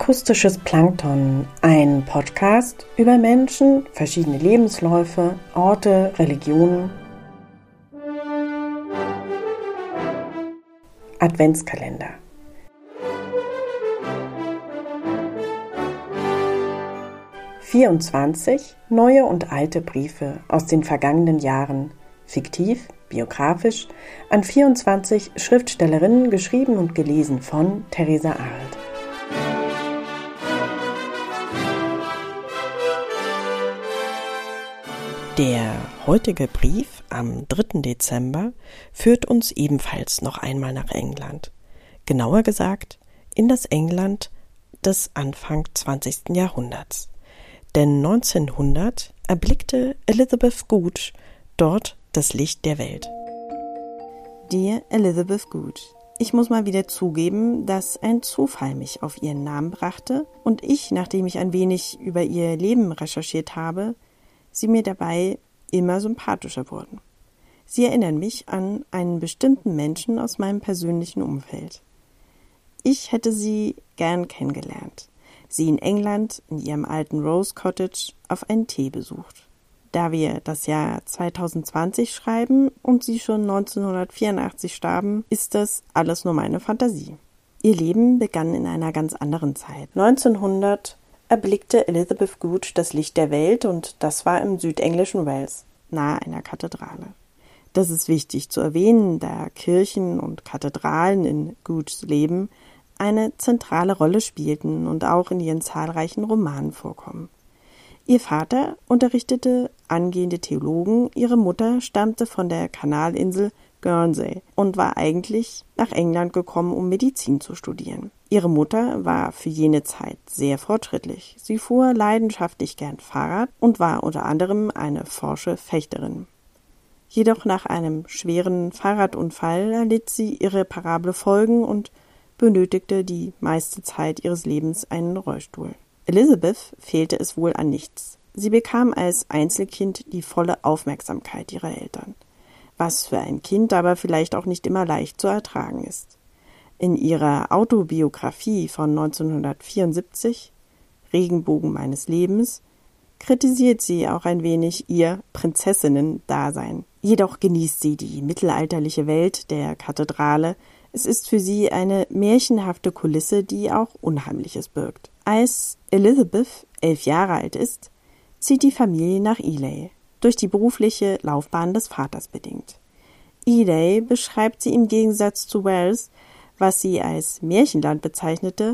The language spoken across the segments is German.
Akustisches Plankton, ein Podcast über Menschen, verschiedene Lebensläufe, Orte, Religionen. Adventskalender. »24 neue und alte Briefe aus den vergangenen Jahren, fiktiv, biografisch, an 24 Schriftstellerinnen, geschrieben und gelesen von Theresa Arlt.« Der heutige Brief am 3. Dezember führt uns ebenfalls noch einmal nach England. Genauer gesagt in das England des Anfang 20. Jahrhunderts. Denn 1900 erblickte Elizabeth Gooch dort das Licht der Welt. Dear Elizabeth Gooch, ich muss mal wieder zugeben, dass ein Zufall mich auf ihren Namen brachte und ich, nachdem ich ein wenig über ihr Leben recherchiert habe, sie mir dabei immer sympathischer wurden. Sie erinnern mich an einen bestimmten Menschen aus meinem persönlichen Umfeld. Ich hätte sie gern kennengelernt, sie in England in ihrem alten Rose Cottage auf einen Tee besucht. Da wir das Jahr 2020 schreiben und sie schon 1984 starben, ist das alles nur meine Fantasie. Ihr Leben begann in einer ganz anderen Zeit. 1900 erblickte Elizabeth Gooch das Licht der Welt und das war im südenglischen Wales, nahe einer Kathedrale. Das ist wichtig zu erwähnen, da Kirchen und Kathedralen in Goochs Leben eine zentrale Rolle spielten und auch in ihren zahlreichen Romanen vorkommen. Ihr Vater unterrichtete angehende Theologen, ihre Mutter stammte von der Kanalinsel Guernsey und war eigentlich nach England gekommen, um Medizin zu studieren. Ihre Mutter war für jene Zeit sehr fortschrittlich. Sie fuhr leidenschaftlich gern Fahrrad und war unter anderem eine forsche Fechterin. Jedoch nach einem schweren Fahrradunfall erlitt sie irreparable Folgen und benötigte die meiste Zeit ihres Lebens einen Rollstuhl. Elizabeth fehlte es wohl an nichts. Sie bekam als Einzelkind die volle Aufmerksamkeit ihrer Eltern, was für ein Kind aber vielleicht auch nicht immer leicht zu ertragen ist. In ihrer Autobiografie von 1974, »Regenbogen meines Lebens«, kritisiert sie auch ein wenig ihr Prinzessinnen-Dasein. Jedoch genießt sie die mittelalterliche Welt der Kathedrale. Es ist für sie eine märchenhafte Kulisse, die auch Unheimliches birgt. Als Elizabeth 11 Jahre alt ist, zieht die Familie nach Ely, durch die berufliche Laufbahn des Vaters bedingt. Ely beschreibt sie im Gegensatz zu Wales, was sie als Märchenland bezeichnete,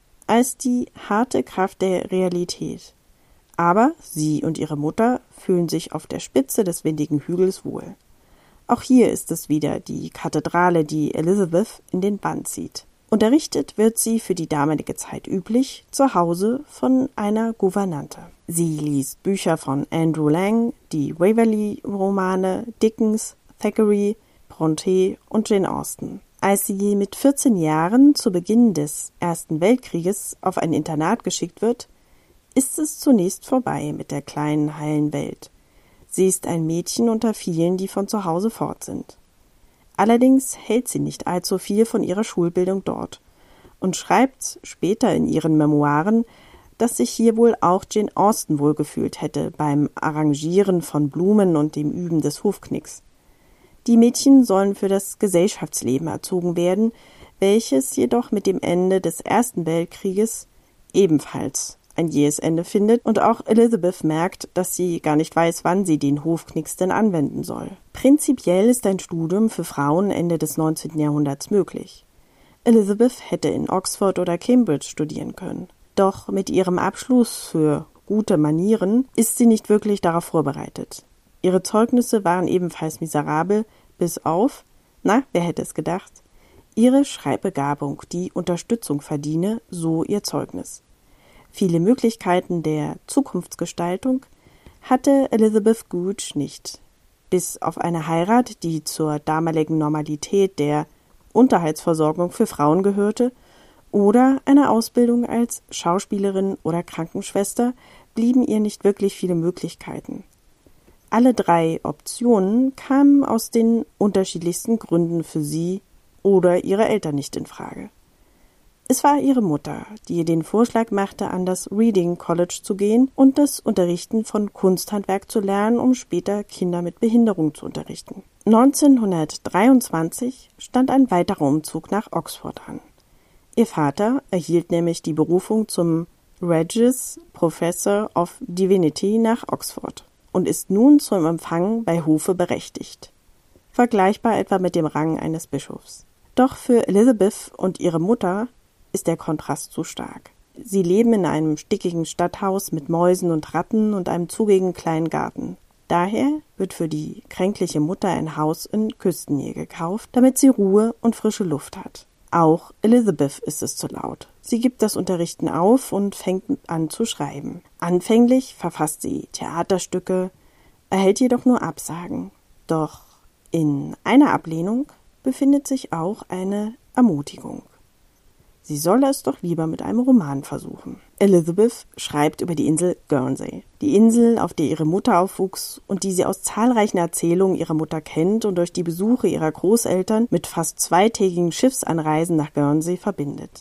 als die harte Kraft der Realität. Aber sie und ihre Mutter fühlen sich auf der Spitze des windigen Hügels wohl. Auch hier ist es wieder die Kathedrale, die Elizabeth in den Bann zieht. Unterrichtet wird sie für die damalige Zeit üblich zu Hause von einer Gouvernante. Sie liest Bücher von Andrew Lang, die Waverley-Romane, Dickens, Thackeray, Brontë und Jane Austen. Als sie mit 14 Jahren zu Beginn des Ersten Weltkrieges auf ein Internat geschickt wird, ist es zunächst vorbei mit der kleinen, heilen Welt. Sie ist ein Mädchen unter vielen, die von zu Hause fort sind. Allerdings hält sie nicht allzu viel von ihrer Schulbildung dort und schreibt später in ihren Memoiren, dass sich hier wohl auch Jane Austen wohlgefühlt hätte beim Arrangieren von Blumen und dem Üben des Hufknicks. Die Mädchen sollen für das Gesellschaftsleben erzogen werden, welches jedoch mit dem Ende des Ersten Weltkrieges ebenfalls ein jähes Ende findet und auch Elizabeth merkt, dass sie gar nicht weiß, wann sie den Hufknicks denn anwenden soll. Prinzipiell ist ein Studium für Frauen Ende des 19. Jahrhunderts möglich. Elizabeth hätte in Oxford oder Cambridge studieren können. Doch mit ihrem Abschluss für gute Manieren ist sie nicht wirklich darauf vorbereitet. Ihre Zeugnisse waren ebenfalls miserabel, bis auf, wer hätte es gedacht, ihre Schreibbegabung, die Unterstützung verdiene, so ihr Zeugnis. Viele Möglichkeiten der Zukunftsgestaltung hatte Elizabeth Gooch nicht, bis auf eine Heirat, die zur damaligen Normalität der Unterhaltsversorgung für Frauen gehörte, oder eine Ausbildung als Schauspielerin oder Krankenschwester, blieben ihr nicht wirklich viele Möglichkeiten. Alle 3 Optionen kamen aus den unterschiedlichsten Gründen für sie oder ihre Eltern nicht in Frage. Es war ihre Mutter, die ihr den Vorschlag machte, an das Reading College zu gehen und das Unterrichten von Kunsthandwerk zu lernen, um später Kinder mit Behinderung zu unterrichten. 1923 stand ein weiterer Umzug nach Oxford an. Ihr Vater erhielt nämlich die Berufung zum Regius Professor of Divinity nach Oxford und ist nun zum Empfang bei Hofe berechtigt, vergleichbar etwa mit dem Rang eines Bischofs. Doch für Elizabeth und ihre Mutter ist der Kontrast zu stark. Sie leben in einem stickigen Stadthaus mit Mäusen und Ratten und einem zugigen kleinen Garten. Daher wird für die kränkliche Mutter ein Haus in Küstennähe gekauft, damit sie Ruhe und frische Luft hat. Auch Elizabeth ist es zu laut. Sie gibt das Unterrichten auf und fängt an zu schreiben. Anfänglich verfasst sie Theaterstücke, erhält jedoch nur Absagen. Doch in einer Ablehnung befindet sich auch eine Ermutigung. Sie solle es doch lieber mit einem Roman versuchen. Elizabeth schreibt über die Insel Guernsey. Die Insel, auf der ihre Mutter aufwuchs und die sie aus zahlreichen Erzählungen ihrer Mutter kennt und durch die Besuche ihrer Großeltern mit fast zweitägigen Schiffsanreisen nach Guernsey verbindet.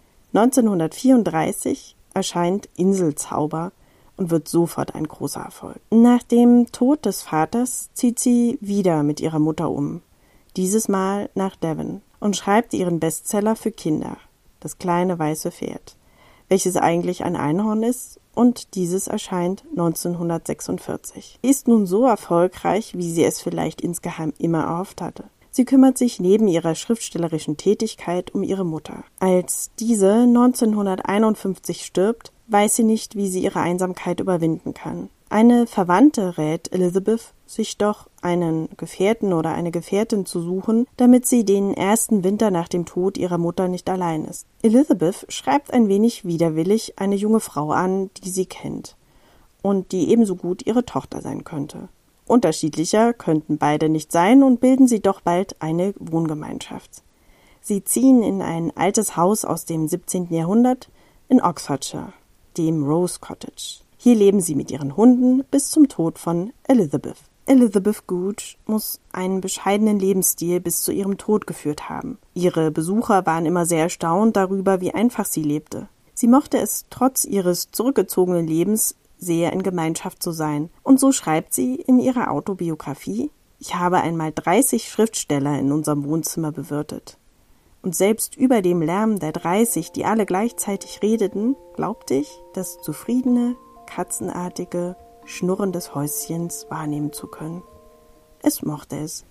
1934 erscheint Inselzauber und wird sofort ein großer Erfolg. Nach dem Tod des Vaters zieht sie wieder mit ihrer Mutter um, dieses Mal nach Devon, und schreibt ihren Bestseller für Kinder, Das kleine weiße Pferd, welches eigentlich ein Einhorn ist, und dieses erscheint 1946. Sie ist nun so erfolgreich, wie sie es vielleicht insgeheim immer erhofft hatte. Sie kümmert sich neben ihrer schriftstellerischen Tätigkeit um ihre Mutter. Als diese 1951 stirbt, weiß sie nicht, wie sie ihre Einsamkeit überwinden kann. Eine Verwandte rät Elizabeth, sich doch einen Gefährten oder eine Gefährtin zu suchen, damit sie den ersten Winter nach dem Tod ihrer Mutter nicht allein ist. Elizabeth schreibt ein wenig widerwillig eine junge Frau an, die sie kennt und die ebenso gut ihre Tochter sein könnte. Unterschiedlicher könnten beide nicht sein und bilden sie doch bald eine Wohngemeinschaft. Sie ziehen in ein altes Haus aus dem 17. Jahrhundert in Oxfordshire, dem Rose Cottage. Hier leben sie mit ihren Hunden bis zum Tod von Elizabeth. Elizabeth Gooch muss einen bescheidenen Lebensstil bis zu ihrem Tod geführt haben. Ihre Besucher waren immer sehr erstaunt darüber, wie einfach sie lebte. Sie mochte es trotz ihres zurückgezogenen Lebens sehr in Gemeinschaft zu sein. Und so schreibt sie in ihrer Autobiografie: Ich habe einmal 30 Schriftsteller in unserem Wohnzimmer bewirtet. Und selbst über dem Lärm der 30, die alle gleichzeitig redeten, glaubte ich, das zufriedene, katzenartige Schnurren des Häuschens wahrnehmen zu können. Es mochte es.